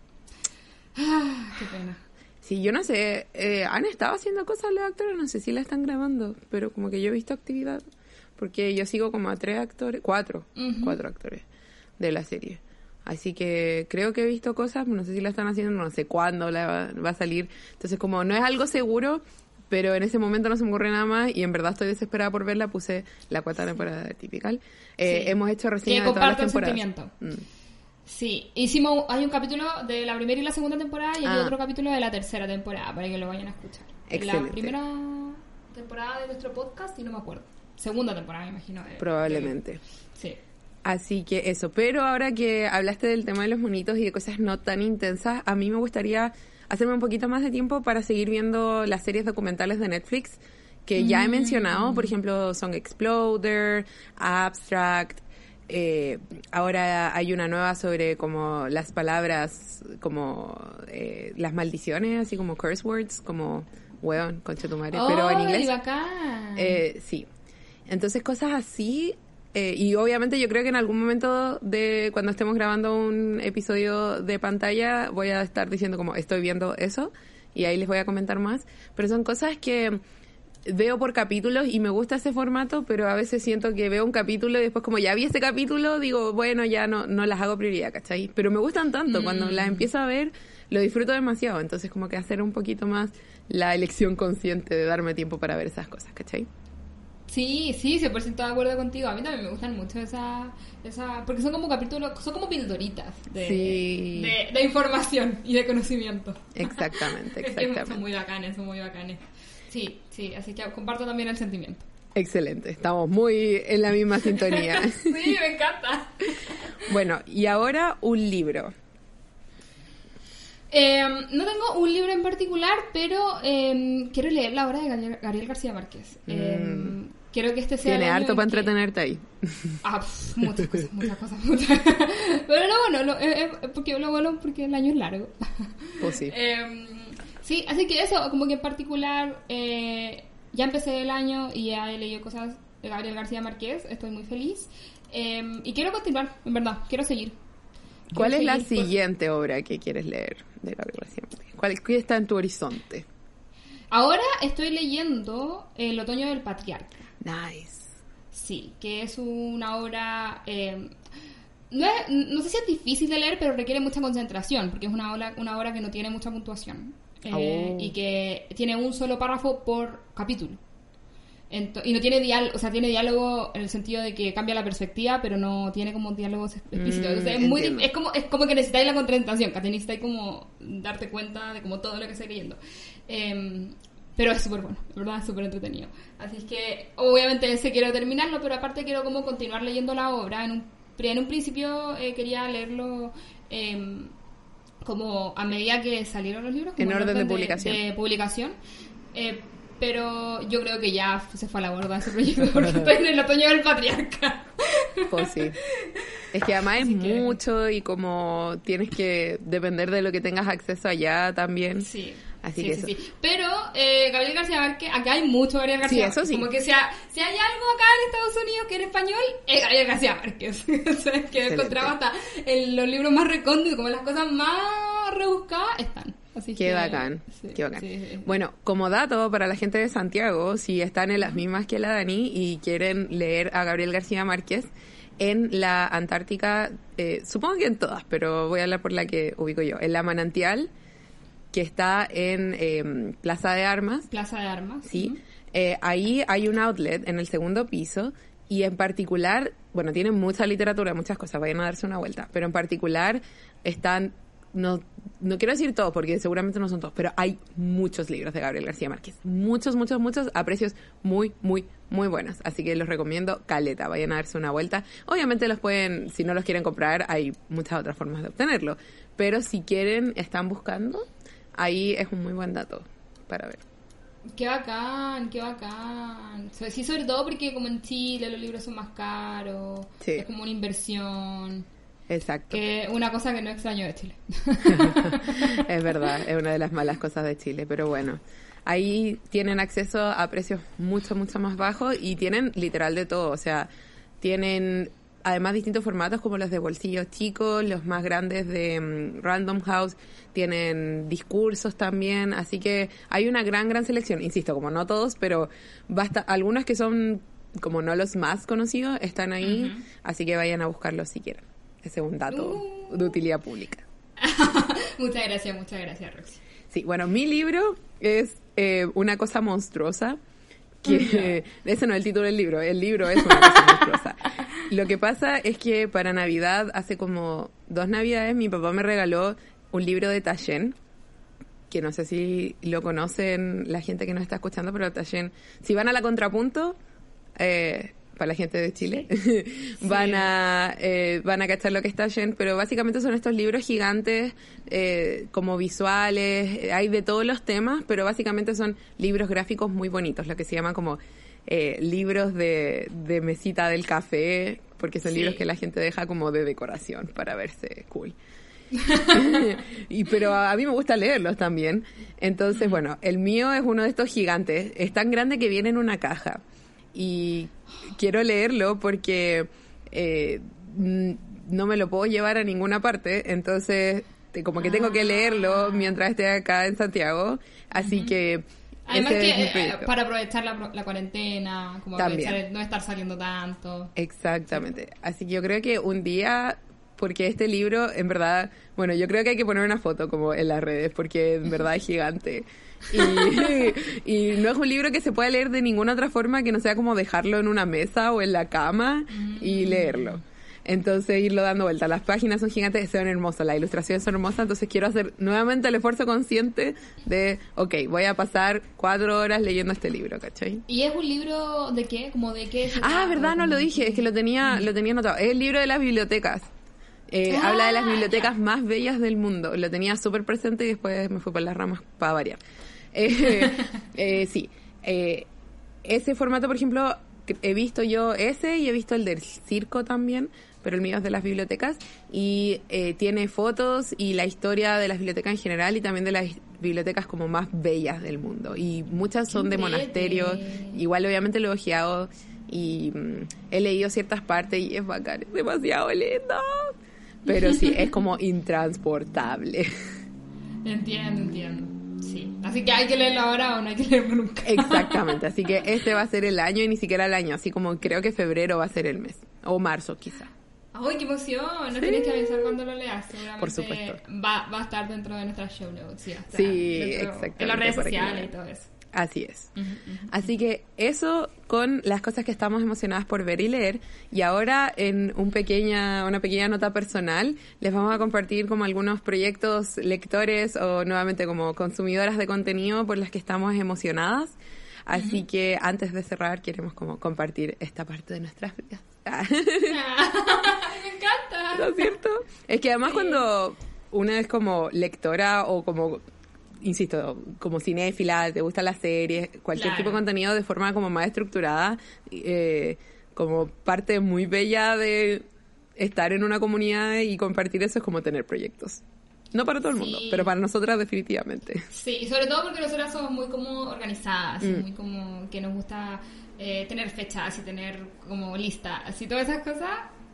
Ah, qué pena. Sí, yo no sé, eh, han estado haciendo cosas los actores, no sé si la están grabando, pero como que yo he visto actividad, porque yo sigo como a tres actores, cuatro, Uh-huh. cuatro actores de la serie. Así que creo que he visto cosas, no sé si la están haciendo, no sé cuándo la va, va a salir. Entonces como no es algo seguro, pero en ese momento no se me ocurre nada más y en verdad estoy desesperada por verla, puse la cuarta temporada de Typical. Eh, Sí. Hemos hecho reseñas Que de todas las comparto el temporadas. sentimiento. Mm. Sí, hicimos, hay un capítulo de la primera y la segunda temporada y hay Ah. otro capítulo de la tercera temporada para que lo vayan a escuchar. Excelente. La primera temporada de nuestro podcast y no me acuerdo. Segunda temporada, me imagino. de- Probablemente. de- sí. Así que eso, pero ahora que hablaste del tema de los monitos y de cosas no tan intensas, a mí me gustaría hacerme un poquito más de tiempo para seguir viendo las series documentales de Netflix que ya he mencionado, por ejemplo, Song Exploder, Abstract, eh, ahora hay una nueva sobre como las palabras, como eh, las maldiciones, así como curse words, como weón, concha tu madre, pero en ¡Ay, inglés. bacán! Eh, sí. Entonces cosas así, eh, y obviamente yo creo que en algún momento de cuando estemos grabando un episodio de pantalla voy a estar diciendo como estoy viendo eso y ahí les voy a comentar más, pero son cosas que veo por capítulos y me gusta ese formato, pero a veces siento que veo un capítulo y después como ya vi ese capítulo, digo, bueno, ya no, no las hago prioridad, ¿cachai? Pero me gustan tanto, Mm. cuando las empiezo a ver lo disfruto demasiado, entonces como que hacer un poquito más la elección consciente de darme tiempo para ver esas cosas, ¿cachai? Sí, sí, cien por ciento de acuerdo contigo. A mí también me gustan mucho esa, esa porque son como capítulos, son como pildoritas de, Sí. de, de información y de conocimiento. Exactamente, Es que exactamente. son muy bacanes, son muy bacanes. Sí, sí, así que comparto también el sentimiento. Excelente, estamos muy en la misma sintonía. Sí, me encanta. Bueno, y ahora un libro. Eh, no tengo un libro en particular, pero eh, quiero leer la obra de Gabriel, Gabriel García Márquez. Eh, mm. Quiero que este sea Tiene el año harto para que... entretenerte ahí. Ah, pff, muchas cosas, muchas cosas, muchas. Pero no, bueno, lo, eh, porque, lo bueno porque el año es largo. Pues sí. Eh, sí, así que eso, como que en particular, eh, ya empecé el año y ya he leído cosas de Gabriel García Márquez, estoy muy feliz. Eh, y quiero continuar, en verdad, quiero seguir. Quiero ¿Cuál es seguir la por... siguiente obra que quieres leer de Gabriel García Márquez? ¿Cuál qué está en tu horizonte? Ahora estoy leyendo El otoño del patriarca. Nice. Sí, que es una obra... Eh, no, es, no sé si es difícil de leer, pero requiere mucha concentración, porque es una obra, una obra que no tiene mucha puntuación. Eh, oh. Y que tiene un solo párrafo por capítulo. Ento- y no tiene diálogo, o sea, tiene diálogo en el sentido de que cambia la perspectiva, pero no tiene como diálogos explícitos. Mm, Entonces, es, muy, es, como, es como que necesitáis la concentración, que necesitáis como darte cuenta de como todo lo que estáis leyendo. Eh, pero es súper bueno, de verdad es súper entretenido. Así es que, obviamente, ese quiero terminarlo, pero aparte quiero como continuar leyendo la obra. En un, en un principio eh, quería leerlo... Eh, como a medida que salieron los libros, como en orden, orden de, de publicación, de publicación eh, pero yo creo que ya se fue a la borda ese proyecto porque estoy en el otoño del patriarca. Pues sí, es que además Así es que... mucho y como tienes que depender de lo que tengas acceso allá también. Sí. Así sí, que sí, eso. sí. Pero eh, Gabriel García Márquez, acá hay mucho Gabriel García Márquez. Sí, eso sí. Como que sea, si hay algo acá en Estados Unidos que en español, es Gabriel García Márquez. O sea, que encontramos hasta en los libros más recónditos, como las cosas más rebuscadas, están. Así qué que, bacán, sí, qué bacán. Sí, sí. Bueno, como dato para la gente de Santiago, si están en las mismas que la Dani y quieren leer a Gabriel García Márquez, en la Antártica, eh, supongo que en todas, pero voy a hablar por la que ubico yo, en la Manantial, que está en eh, Plaza de Armas. Plaza de Armas. Sí. Uh-huh. Eh, ahí hay un outlet en el segundo piso y en particular, bueno, tienen mucha literatura, muchas cosas, vayan a darse una vuelta, pero en particular están, no, no quiero decir todos porque seguramente no son todos, pero hay muchos libros de Gabriel García Márquez. Muchos, muchos, muchos a precios muy, muy, muy buenos. Así que los recomiendo caleta, vayan a darse una vuelta. Obviamente los pueden, si no los quieren comprar, hay muchas otras formas de obtenerlo. Pero si quieren, están buscando... Ahí es un muy buen dato para ver. Qué bacán, qué bacán. Sí, sobre todo porque como en Chile los libros son más caros, sí. Es como una inversión. Exacto. Que una cosa que no extraño de Chile. Es verdad, es una de las malas cosas de Chile, pero bueno. Ahí tienen acceso a precios mucho, mucho más bajos y tienen literal de todo, o sea, tienen... Además, distintos formatos como los de bolsillos chicos, los más grandes de um, Random House, tienen discursos también, así que hay una gran, gran selección. Insisto, como no todos, pero basta algunos que son como no los más conocidos, están ahí, uh-huh. Así que vayan a buscarlos si quieren. Ese es un dato uh. de utilidad pública. Muchas gracias, muchas gracias, Roxy. Sí, bueno, mi libro es eh, Una cosa monstruosa, que uh-huh. Ese no es el título del libro, el libro es Una cosa monstruosa. Lo que pasa es que para Navidad, hace como dos Navidades, mi papá me regaló un libro de Taschen, que no sé si lo conocen la gente que nos está escuchando, pero Taschen, si van a la Contrapunto, eh, para la gente de Chile, sí. van a eh, van a cachar lo que es Taschen, pero básicamente son estos libros gigantes, eh, como visuales, hay de todos los temas, pero básicamente son libros gráficos muy bonitos, lo que se llama como... Eh, libros de, de mesita del café, porque son sí. libros que la gente deja como de decoración para verse cool. y Pero a, a mí me gusta leerlos también. Entonces, bueno, el mío es uno de estos gigantes. Es tan grande que viene en una caja. Y quiero leerlo porque eh, no me lo puedo llevar a ninguna parte. Entonces, como que tengo que leerlo mientras esté acá en Santiago. Así uh-huh. que... Además que eh, para aprovechar la, la cuarentena, como aprovechar el, no estar saliendo tanto. Exactamente. Así que yo creo que un día, porque este libro, en verdad, bueno, yo creo que hay que poner una foto como en las redes, porque en verdad es gigante. Y, y no es un libro que se pueda leer de ninguna otra forma que no sea como dejarlo en una mesa o en la cama y leerlo. Entonces, irlo dando vuelta. Las páginas son gigantes, se ven hermosas, las ilustraciones son hermosas, entonces quiero hacer nuevamente el esfuerzo consciente de, ok, voy a pasar cuatro horas leyendo este libro, ¿cachai? ¿Y es un libro de qué? ¿Como de qué? Ah, verdad, no lo dije, es que lo tenía, lo tenía anotado. Es el libro de las bibliotecas. Eh, Ah, habla de las bibliotecas ya. más bellas del mundo. Lo tenía súper presente y después me fui por las ramas para variar. Eh, eh, sí. Eh, ese formato, por ejemplo, he visto yo ese y he visto el del circo también, pero el mío es de las bibliotecas y eh, tiene fotos y la historia de las bibliotecas en general y también de las bibliotecas como más bellas del mundo. Y muchas son de Qué monasterios. entrete. Igual obviamente lo he ojeado y mm, he leído ciertas partes y es bacán, es demasiado lindo. Pero sí, es como intransportable. Entiendo, entiendo. Sí. Así que hay que leerlo ahora o no hay que leerlo nunca. Exactamente, así que este va a ser el año y ni siquiera el año, así como creo que febrero va a ser el mes, o marzo quizá. ¡Ay, qué emoción! No Sí. tenés que avisar cuando lo leas. Seguramente Por supuesto. Va, va a estar dentro de nuestras show notes. Sí, va a estar Sí, dentro- exactamente, en las redes para que sociales lo y todo eso. Así es. Ujú, ujú. Así que eso con las cosas que estamos emocionadas por ver y leer. Y ahora en un pequeña, una pequeña nota personal les vamos a compartir como algunos proyectos lectores o nuevamente como consumidoras de contenido por las que estamos emocionadas. Así uh-huh. que antes de cerrar queremos como compartir esta parte de nuestras vidas. Ah, me encanta. ¿No es cierto? Es que además Sí. cuando una es como lectora o como, insisto, como cinéfila, te gustan las series, cualquier Claro. tipo de contenido de forma como más estructurada, eh, como parte muy bella de estar en una comunidad y compartir eso es como tener proyectos. No para todo el Sí. mundo, pero para nosotras definitivamente. Sí, y sobre todo porque nosotras somos muy como organizadas, Mm. muy como que nos gusta eh, tener fechas y tener como listas y todas esas cosas.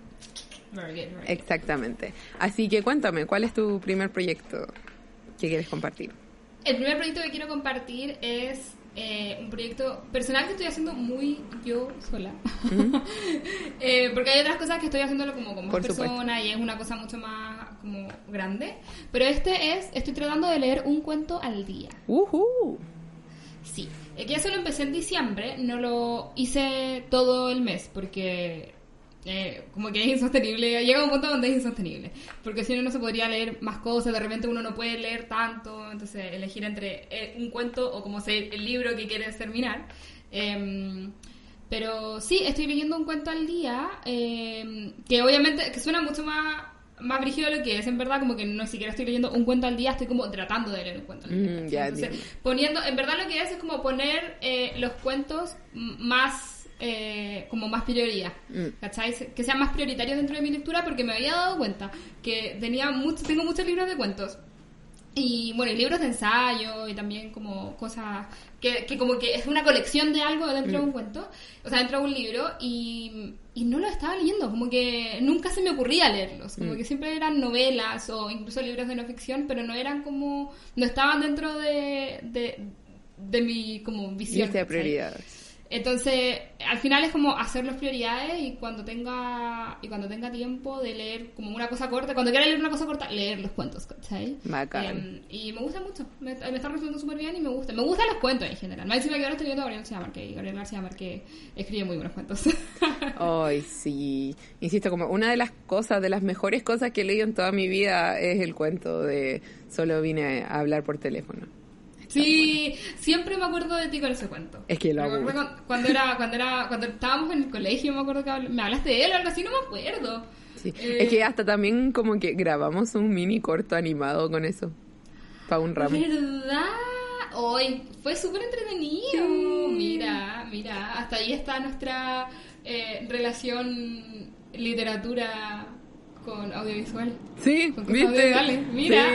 Very good, very good. Exactamente. Así que cuéntame, ¿cuál es tu primer proyecto que quieres compartir? El primer proyecto que quiero compartir es eh, un proyecto personal que estoy haciendo muy yo sola. Mm. eh, porque hay otras cosas que estoy haciéndolo como con más Por supuesto. personas y es una cosa mucho más como grande. Pero este es, estoy tratando de leer un cuento al día. ¡Uhú! Sí, es que eso lo empecé en diciembre, no lo hice todo el mes porque eh, como que es insostenible, llega un punto donde es insostenible, porque si no no se podría leer más cosas, de repente uno no puede leer tanto, entonces elegir entre eh, un cuento o como sea el libro que quieres terminar. Eh, pero sí, estoy leyendo un cuento al día, eh, que obviamente que suena mucho más más brígido de lo que es, en verdad, como que no siquiera estoy leyendo un cuento al día, estoy como tratando de leer un cuento al día. Mm, ya Entonces, entiendo. poniendo, en verdad lo que es es como poner eh, los cuentos m- más, eh, como más prioridad, Mm. ¿cachai? Que sean más prioritarios dentro de mi lectura, porque me había dado cuenta que tenía mucho, tengo muchos libros de cuentos. Y bueno, y libros de ensayo y también como cosas que, que como que es una colección de algo dentro de un cuento, o sea, dentro de un libro, y, y no lo estaba leyendo, como que nunca se me ocurría leerlos, como Mm. que siempre eran novelas o incluso libros de no ficción, pero no eran como, no estaban dentro de, de, de mi como visión. Lista de ¿cachai? prioridades. Entonces, al final es como hacer las prioridades y cuando tenga y cuando tenga tiempo de leer como una cosa corta, cuando quiera leer una cosa corta, leer los cuentos, ¿cachai? Bacán. Eh, y me gusta mucho, me, me está resultando súper bien y me gusta. Me gustan los cuentos en general. Me encima que ahora estoy viendo a Gabriel García Márquez y Gabriel García Márquez escribe muy buenos cuentos. Ay, sí. Insisto, como una de las cosas, de las mejores cosas que he leído en toda mi vida es el cuento de Solo vine a hablar por teléfono. Sí, siempre me acuerdo de ti con ese cuento. Es que lo Me hago acuerdo mucho. cuando, cuando era, cuando era, cuando estábamos en el colegio, me acuerdo que habl- me hablaste de él o algo así, no me acuerdo. Sí. Eh, Es que hasta también como que grabamos un mini corto animado con eso. Para un ramo. ¿Verdad? Hoy fue súper entretenido. Sí. Mira, mira, hasta ahí está nuestra eh, relación literatura con audiovisual. Sí, Con cosas ¿viste? audiovisuales, mira.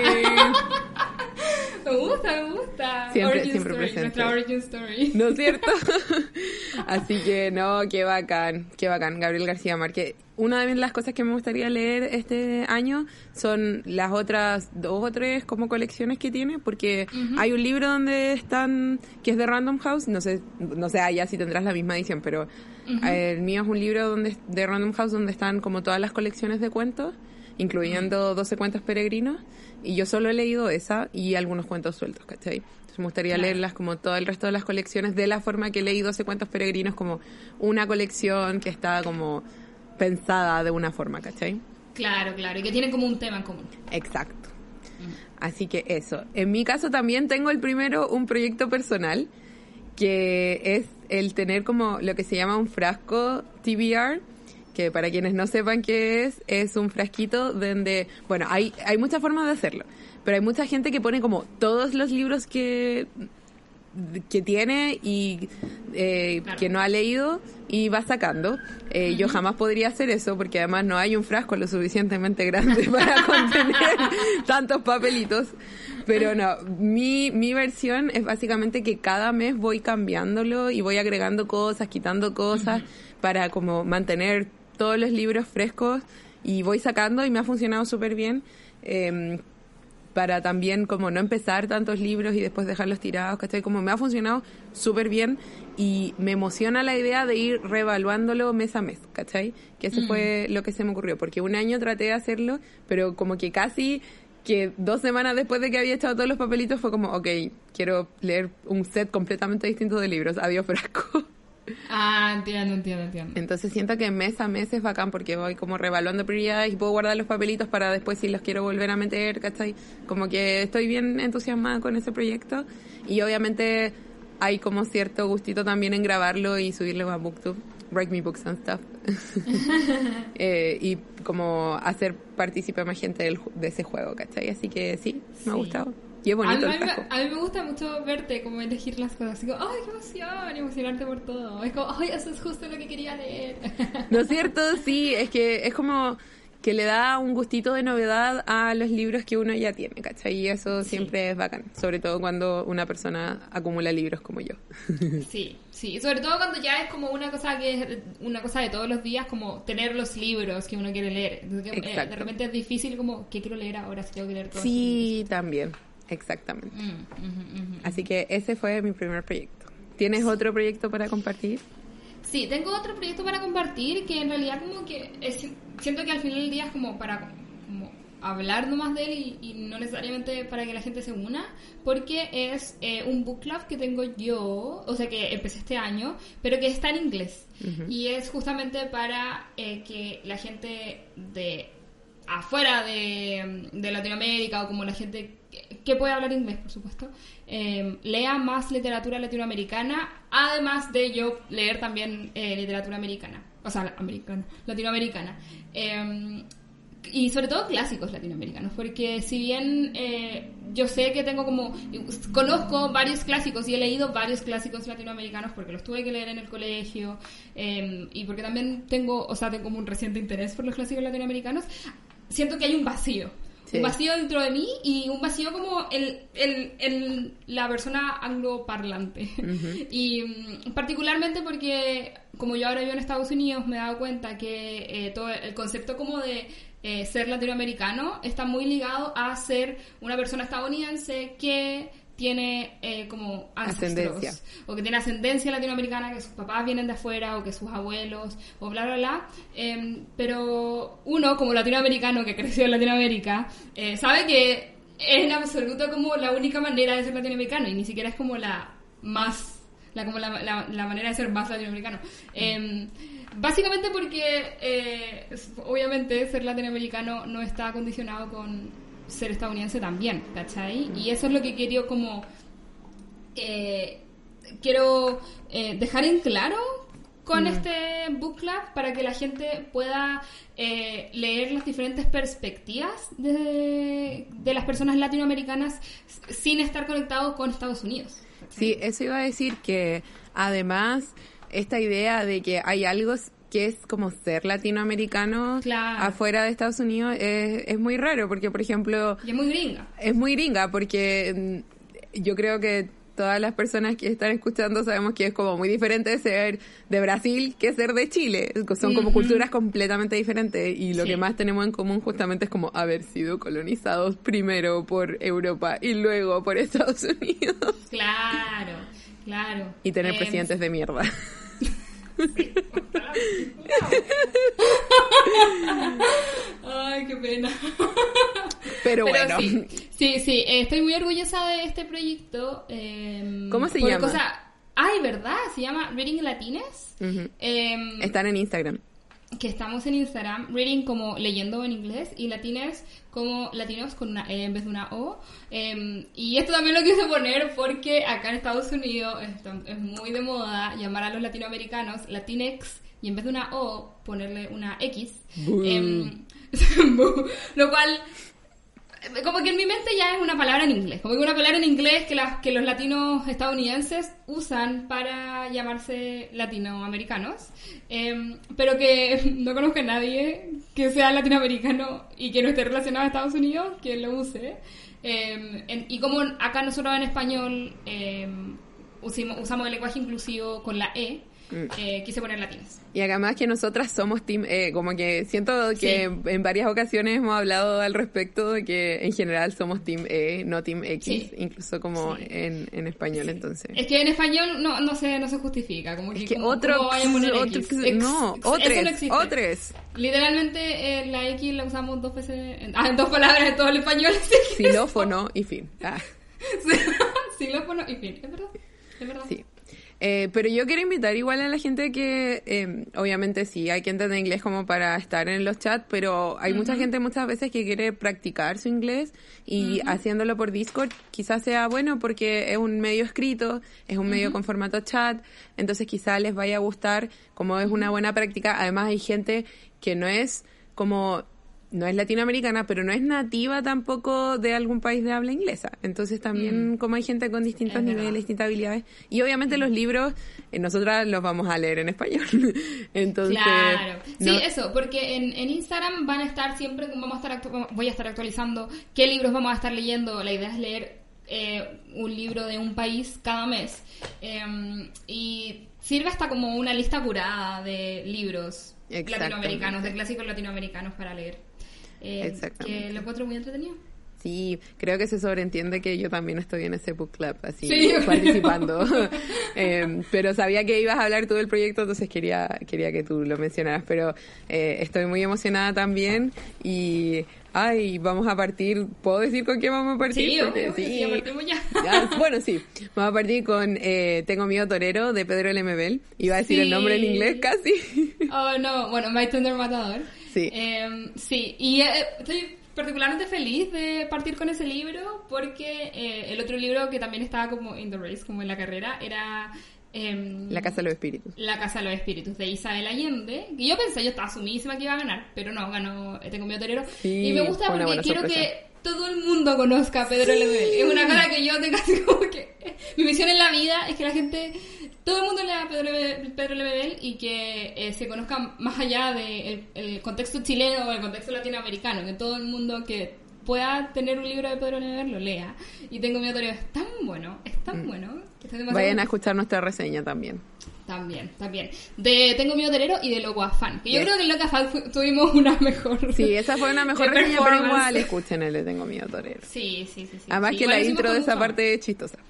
Sí. Me gusta, me gusta. Siempre- Origin siempre story, presente. nuestra origin story. ¿No es cierto? Así que no, qué bacán, qué bacán, Gabriel García Márquez. Una de las cosas que me gustaría leer este año son las otras dos o tres como colecciones que tiene, porque Ujú. hay un libro donde están, que es de Random House, no sé, no sé allá si tendrás la misma edición, pero Ujú. el mío es un libro donde de Random House donde están como todas las colecciones de cuentos, incluyendo doce cuentos peregrinos, y yo solo he leído esa y algunos cuentos sueltos, ¿cachai? Entonces me gustaría Claro. leerlas como todo el resto de las colecciones de la forma que leí doce cuentos peregrinos, como una colección que está como pensada de una forma, ¿cachai? Claro, claro, y que tienen como un tema en común. Exacto. Así que eso. En mi caso también tengo el primero, un proyecto personal, que es el tener como lo que se llama un frasco T B R, que para quienes no sepan qué es, es un frasquito donde, bueno, hay, hay muchas formas de hacerlo, pero hay mucha gente que pone como todos los libros que, que tiene y eh, claro. que no ha leído y va sacando. Eh, uh-huh. Yo jamás podría hacer eso porque además no hay un frasco lo suficientemente grande para contener tantos papelitos. Pero no, mi, mi versión es básicamente que cada mes voy cambiándolo y voy agregando cosas, quitando cosas uh-huh. para como mantener todos los libros frescos y voy sacando y me ha funcionado súper bien. Eh, para también como no empezar tantos libros y después dejarlos tirados, ¿cachai? Como me ha funcionado súper bien y me emociona la idea de ir reevaluándolo mes a mes, ¿cachai? Que eso mm. fue lo que se me ocurrió, porque un año traté de hacerlo, pero como que casi que dos semanas después de que había echado todos los papelitos fue como, ok, quiero leer un set completamente distinto de libros, adiós frasco. Ah, entiendo, entiendo, entiendo. Entonces siento que mes a mes es bacán porque voy como revaluando prioridades y puedo guardar los papelitos para después si los quiero volver a meter, ¿cachai? Como que estoy bien entusiasmada con ese proyecto y obviamente hay como cierto gustito también en grabarlo y subirlo a BookTube, Break Me Books and Stuff. eh, y como hacer partícipe más gente del, de ese juego, ¿cachai? Así que sí, me sí. ha gustado. Y es bonito a, mí, el frasco. a mí me gusta mucho verte, como elegir las cosas. Así como, ¡ay, qué emoción! Emocionarte por todo. Es como, ¡ay, eso es justo lo que quería leer! ¿No es cierto? Sí, es que es como que le da un gustito de novedad a los libros que uno ya tiene, ¿cachai? Y eso sí. siempre es bacán. Sobre todo cuando una persona acumula libros como yo. Sí, sí. Sobre todo cuando ya es como una cosa que es una cosa de todos los días, como tener los libros que uno quiere leer. Entonces, que, eh, de repente es difícil como, ¿qué quiero leer ahora si tengo que leer todo? Sí, también. Exactamente. Mm, uh-huh, uh-huh. Así que ese fue mi primer proyecto. ¿Tienes otro proyecto para compartir? Sí, tengo otro proyecto para compartir que en realidad como que es, siento que al final del día es como para como hablar nomás de él y, y no necesariamente para que la gente se una, porque es eh, un book club que tengo yo, o sea que empecé este año, pero que está en inglés. Uh-huh. Y es justamente para eh, que la gente de afuera de, de Latinoamérica o como la gente que, que puede hablar inglés, por supuesto, eh, lea más literatura latinoamericana, además de yo leer también eh, literatura americana, o sea, americana, latinoamericana. Eh, y sobre todo clásicos latinoamericanos, porque si bien eh, yo sé que tengo como, conozco varios clásicos y he leído varios clásicos latinoamericanos porque los tuve que leer en el colegio eh, y porque también tengo, o sea, tengo como un reciente interés por los clásicos latinoamericanos, siento que hay un vacío. Sí. Un vacío dentro de mí y un vacío como el, el, el, la persona angloparlante. Uh-huh. Y um, particularmente porque como yo ahora vivo en Estados Unidos me he dado cuenta que eh, todo el concepto como de eh, ser latinoamericano está muy ligado a ser una persona estadounidense que tiene eh, como ascendencia o que tiene ascendencia latinoamericana, que sus papás vienen de afuera o que sus abuelos o bla bla bla, eh, pero uno como latinoamericano que creció en Latinoamérica eh, sabe que es en absoluto como la única manera de ser latinoamericano y ni siquiera es como la más la como la, la, la manera de ser más latinoamericano. Eh, básicamente porque eh, obviamente ser latinoamericano no está condicionado con ser estadounidense también, ¿cachai? Y eso es lo que quiero como eh, quiero eh, dejar en claro con mm. este book club para que la gente pueda eh, leer las diferentes perspectivas de, de las personas latinoamericanas sin estar conectados con Estados Unidos, ¿cachai? Sí, eso iba a decir que además esta idea de que hay algo que es como ser latinoamericano claro. afuera de Estados Unidos es, es muy raro, porque por ejemplo... Y es muy gringa. Es muy gringa, porque yo creo que todas las personas que están escuchando sabemos que es como muy diferente ser de Brasil que ser de Chile. Son como uh-huh. culturas completamente diferentes y lo sí. que más tenemos en común justamente es como haber sido colonizados primero por Europa y luego por Estados Unidos. Claro, claro. Y tener eh, presidentes de mierda. Sí. Ay, qué pena. Pero, Pero bueno. Sí, sí, sí eh, estoy muy orgullosa de este proyecto. Eh, ¿Cómo se llama? Cosa... Ay, ¿verdad? Se llama Reading Latines. Uh-huh. Eh, Están en Instagram. que estamos en Instagram, reading como leyendo en inglés y latines como latinos con una E en vez de una O. Eh, y esto también lo quise poner porque acá en Estados Unidos esto es muy de moda llamar a los latinoamericanos latinex y en vez de una O ponerle una X. Eh, lo cual... como que en mi mente ya es una palabra en inglés, como que una palabra en inglés que, las, que los latinos estadounidenses usan para llamarse latinoamericanos, eh, pero que no conozco a nadie que sea latinoamericano y que no esté relacionado a Estados Unidos que lo use. Eh, en, y como acá nosotros en español eh, usamos, usamos el lenguaje inclusivo con la E, Eh, quise poner latinas. Y además que nosotras somos team E, como que siento que sí. en varias ocasiones hemos hablado al respecto de que en general somos team E, no team X, sí. incluso como sí. en, en español, sí. entonces. Es que en español no, no se no se justifica, como que, es que como, otro, como vaya a poner otro X. X, no, otros, no otros. Literalmente eh, la X la usamos dos veces, en, ah, en dos palabras en todo el español. Xilófono y fin. Ah. Xilófono y fin, es verdad, es verdad. Sí. Eh, pero yo quiero invitar igual a la gente que, eh, obviamente sí, hay que entender inglés como para estar en los chats, pero hay uh-huh. mucha gente muchas veces que quiere practicar su inglés y uh-huh. haciéndolo por Discord quizás sea bueno porque es un medio escrito, es un uh-huh. medio con formato chat, entonces quizás les vaya a gustar, como es uh-huh. una buena práctica. Además hay gente que no es como... no es latinoamericana, pero no es nativa tampoco de algún país de habla inglesa. Entonces también, mm. como hay gente con distintos es niveles, verdad. distintas habilidades. Y obviamente mm. los libros, eh, nosotras los vamos a leer en español. Entonces... Claro. No... Sí, eso, porque en, en Instagram van a estar siempre, vamos a estar actu- voy a estar actualizando qué libros vamos a estar leyendo. La idea es leer eh, un libro de un país cada mes. Eh, y sirve hasta como una lista curada de libros latinoamericanos, de clásicos latinoamericanos para leer. Eh, que lo encuentro muy entretenido. Sí, creo que se sobreentiende que yo también estoy en ese book club, así, sí. participando. eh, pero sabía que ibas a hablar tú del proyecto, entonces quería quería que tú lo mencionaras. Pero eh, estoy muy emocionada también y... Ay, vamos a partir... ¿Puedo decir con qué vamos a partir? Sí, Porque, obvio, sí. sí, partimos ya. ya. Bueno, sí. Vamos a partir con eh, Tengo miedo torero, de Pedro Lemebel. Iba a decir sí. el nombre en inglés casi. Oh, no. Bueno, My Tender Matador. Sí. Eh, sí, y eh, estoy particularmente feliz de partir con ese libro porque eh, el otro libro que también estaba como in the race, como en la carrera, era... Eh, La Casa de los Espíritus. La Casa de los Espíritus, de Isabel Allende. Y yo pensé, yo estaba sumísima que iba a ganar, pero no, ganó Tengo miedo torero. Sí, y me gusta porque quiero sorpresa. que todo el mundo conozca a Pedro sí. Lemebel. Es una cosa que yo tengo así como que... Mi misión en la vida es que la gente... Todo el mundo lea a Pedro, Pedro Lemebel y que eh, se conozca más allá del de el contexto chileno o el contexto latinoamericano. Que todo el mundo que pueda tener un libro de Pedro Lemebel lo lea. Y Tengo miedo torero. Es tan bueno, es tan mm. bueno. Que Vayan a escuchar nuestra reseña también. También, también. De Tengo miedo torero y de Loco Afán. Que yo yes. creo que en Loco Afán fu- tuvimos una mejor... Sí, esa fue una mejor reseña, pero igual escuchen el de Tengo miedo torero. Sí, sí, sí. sí. Además sí, que la intro de esa amor. parte es chistosa.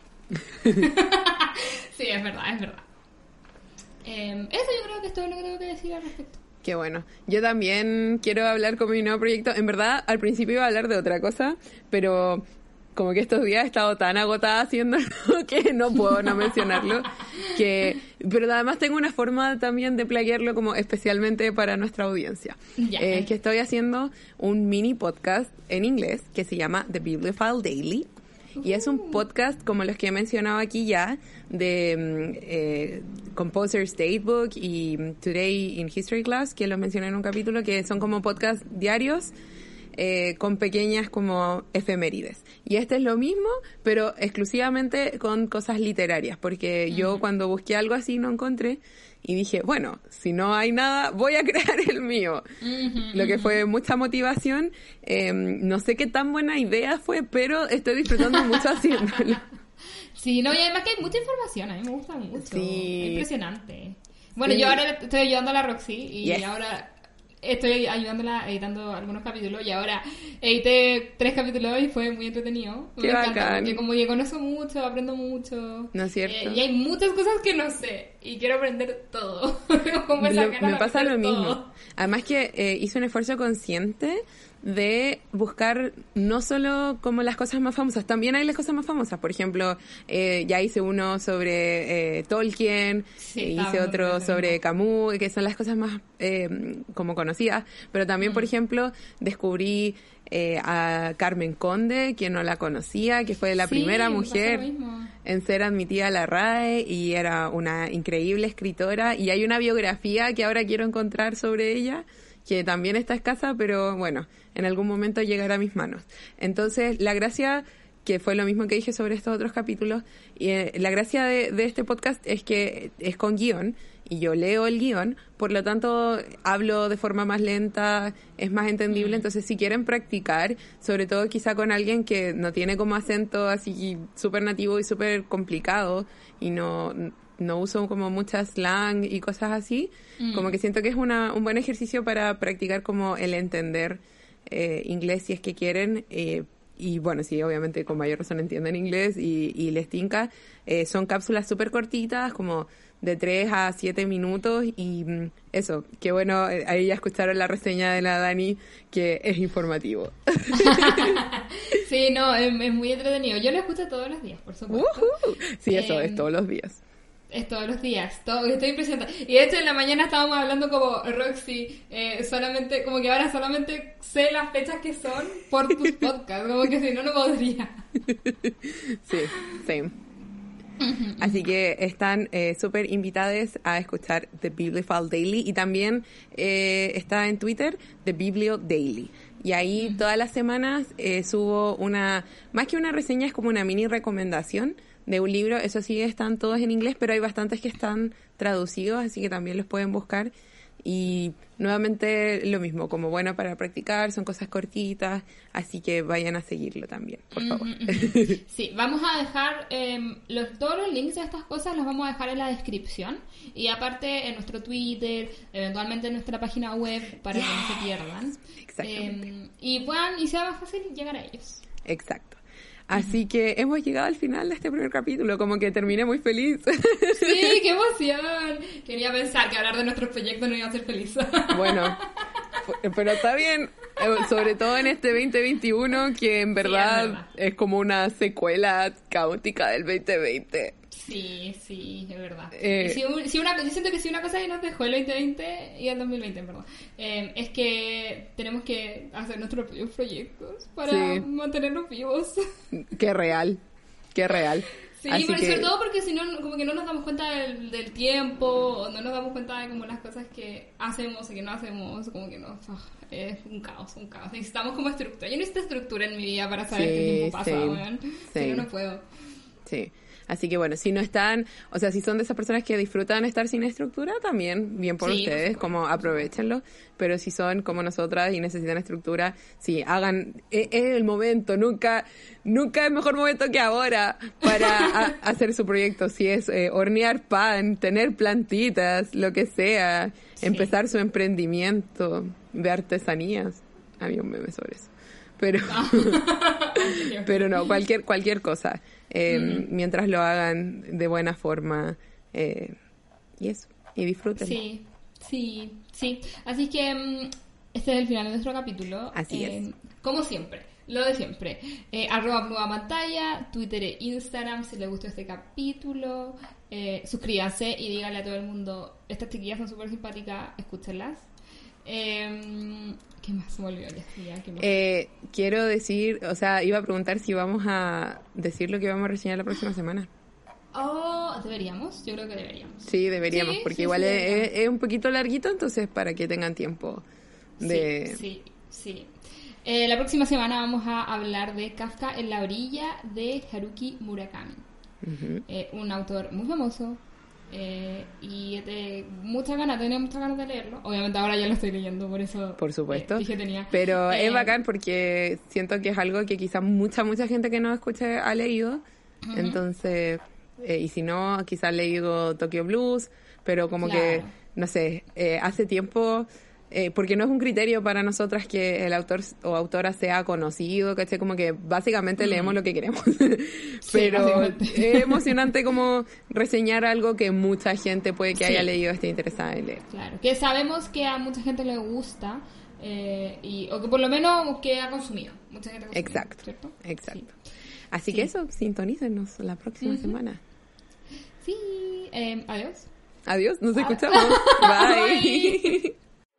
Sí, es verdad, es verdad. Eh, eso yo creo que es todo lo que tengo que decir al respecto. Qué bueno. Yo también quiero hablar con mi nuevo proyecto. En verdad, al principio iba a hablar de otra cosa, pero como que estos días he estado tan agotada haciéndolo que no puedo no mencionarlo. Que, pero además tengo una forma también de plaguearlo como especialmente para nuestra audiencia. Yeah. Eh, que estoy haciendo un mini podcast en inglés que se llama The Bibliophile Daily. Y es un podcast como los que he mencionado aquí ya, de eh, Composer's Datebook y Today in History Class, que los mencioné en un capítulo, que son como podcasts diarios eh, con pequeñas como efemérides. Y este es lo mismo, pero exclusivamente con cosas literarias, porque yo uh-huh. cuando busqué algo así no encontré. Y dije, bueno, si no hay nada, voy a crear el mío. Uh-huh, Lo que fue mucha motivación. Eh, no sé qué tan buena idea fue, pero estoy disfrutando mucho haciéndolo. Sí, no, y además que hay mucha información, a mí me gusta mucho. Sí. Es impresionante. Bueno, sí. yo ahora estoy ayudando a la Roxy y yes. ahora estoy ayudándola editando algunos capítulos y ahora edité tres capítulos y fue muy entretenido. Qué bacán. Porque como que conozco mucho, aprendo mucho. ¿No es cierto? Eh, y hay muchas cosas que no sé y quiero aprender todo. Lo, me pasa lo mismo. Todo. Además que eh, hice un esfuerzo consciente de buscar no solo como las cosas más famosas, también hay las cosas más famosas. Por ejemplo, eh, ya hice uno sobre eh, Tolkien, Sí, eh, estaba hice muy otro bueno. sobre Camus, que son las cosas más eh, como conocidas. Pero también, por ejemplo, descubrí eh, a Carmen Conde, quien no la conocía, que fue la Sí, primera me pasó mujer lo mismo. en ser admitida a la R A E y era una increíble escritora. Y hay una biografía que ahora quiero encontrar sobre ella, que también está escasa, pero bueno, en algún momento llegará a mis manos. Entonces, la gracia, que fue lo mismo que dije sobre estos otros capítulos, y eh, la gracia de, de este podcast es que es con guión, y yo leo el guión, por lo tanto hablo de forma más lenta, es más entendible. Mm. Entonces, si quieren practicar, sobre todo quizá con alguien que no tiene como acento así súper nativo y súper complicado, y no... no uso como mucha slang y cosas así, Mm. como que siento que es una, un buen ejercicio para practicar como el entender eh, inglés si es que quieren, eh, y bueno, sí, obviamente con mayor razón entienden inglés y, y les tinca. Eh, son cápsulas súper cortitas, como de tres a siete minutos, y mm, eso, qué bueno, eh, ahí ya escucharon la reseña de la Dani, que es informativo. Sí, no, es, es muy entretenido. Yo lo escucho todos los días, por supuesto. Ujú. Sí, eso Eh, es todos los días. Es todos los días, todo, estoy impresionada. Y de hecho en la mañana estábamos hablando como Roxy, eh, solamente, como que ahora solamente sé las fechas que son por tus podcasts, como que si no, no podría. Sí, same. Así que están eh, súper invitadas a escuchar The Bibliophile Daily, y también eh, está en Twitter The Biblio Daily. Y ahí todas las semanas eh, subo una, más que una reseña, es como una mini recomendación de un libro. Eso sí, están todos en inglés, pero hay bastantes que están traducidos, así que también los pueden buscar. Y nuevamente lo mismo, como bueno para practicar, son cosas cortitas, así que vayan a seguirlo también, por favor. Sí, vamos a dejar eh, los, todos los links de estas cosas los vamos a dejar en la descripción, y aparte en nuestro Twitter, eventualmente en nuestra página web, para Yes. que no se pierdan. Exactamente. Eh, y puedan, y sea más fácil llegar a ellos. Exacto. Así que hemos llegado al final de este primer capítulo, como que terminé muy feliz. Sí, qué emoción. Quería pensar que hablar de nuestros proyectos no iba a ser feliz. Bueno, fu- pero está bien, eh, sobre todo en este veinte veintiuno, que en verdad, es verdad. es como una secuela caótica del veinte veinte. Sí, sí, es verdad. Eh, Y si un- si una, yo siento que si una cosa que nos dejó el veinte veinte y el dos mil veinte, en verdad, eh, es que tenemos que hacer nuestros propios proyectos para Sí. mantenernos vivos. Qué real, qué real. Sí, Así pero que, sobre todo porque si no, como que no nos damos cuenta del, del tiempo, o no nos damos cuenta de como las cosas que hacemos y que no hacemos, como que no, ah, es un caos, un caos. Necesitamos como estructura. Yo necesito estructura en mi vida para saber Sí, qué tiempo pasa, same, weón. Si same. no, no puedo. sí. Así que bueno, si no están, o sea, si son de esas personas que disfrutan estar sin estructura, también bien por Sí, por ustedes, supuesto, como aprovechenlo. Pero si son como nosotras y necesitan estructura, sí, hagan, es, es el momento, nunca, nunca es mejor momento que ahora para a- hacer su proyecto. Si es eh, hornear pan, tener plantitas, lo que sea, Sí. empezar su emprendimiento de artesanías. Había un meme sobre eso. Pero, pero no, cualquier, cualquier cosa. Eh, Mm. Mientras lo hagan de buena forma, eh, y eso, y disfruten. Sí, sí, sí. Así que mm, este es el final de nuestro capítulo. Así Eh, es. Como siempre, lo de siempre. Eh, arroba nueva pantalla, Twitter e Instagram si les gustó este capítulo. Eh, suscríbanse y díganle a todo el mundo, estas chiquillas son súper simpáticas, escúchenlas. Eh, ¿Qué más? Se me olvidó ya. ya, ¿qué más? Eh, quiero decir, o sea, iba a preguntar si vamos a decir lo que vamos a reseñar la próxima semana. Oh, ¿deberíamos? Yo creo que deberíamos. Sí, deberíamos, Sí, porque sí, igual sí, es, deberíamos. es- es un poquito larguito, entonces para que tengan tiempo de... Sí, sí, sí. Eh, la próxima semana vamos a hablar de Kafka en la orilla de Haruki Murakami. Ujú. Eh, un autor muy famoso eh, y de muchas ganas, tenía muchas ganas de leerlo. Obviamente ahora ya lo estoy leyendo, por eso Por supuesto. eh, dije tenía. Pero Eh, es bacán porque siento que es algo que quizás mucha, mucha gente que nos escuche ha leído. Entonces, eh, y si no, quizás ha leído Tokyo Blues, pero como que, Claro. no sé, eh, hace tiempo... Eh, porque no es un criterio para nosotras que el autor o autora sea conocido, ¿cachai? Como que básicamente leemos lo que queremos. Pero básicamente. es emocionante como reseñar algo que mucha gente puede que Sí. haya leído esté interesada en leer. Claro, que sabemos que a mucha gente le gusta, Eh, y, o que por lo menos que ha consumido. Mucha gente ha consumido, Exacto, ¿cierto? exacto. Sí. Así sí. que eso, sintonícenos la próxima uh-huh. semana. Sí, eh, adiós. Adiós, nos escuchamos. Bye. Bye.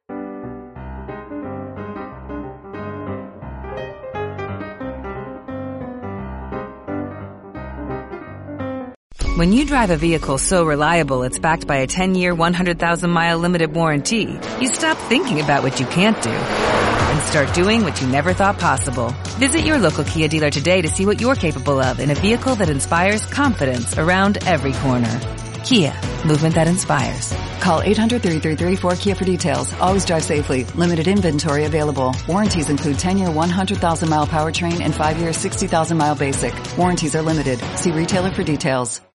When you drive a vehicle so reliable it's backed by a ten-year, one hundred thousand mile limited warranty, you stop thinking about what you can't do and start doing what you never thought possible. Visit your local Kia dealer today to see what you're capable of in a vehicle that inspires confidence around every corner. Kia, movement that inspires. Call eight hundred, three three three, four Kia for details. Always drive safely. Limited inventory available. Warranties include ten-year, one hundred thousand mile powertrain and five-year, sixty thousand mile basic. Warranties are limited. See retailer for details.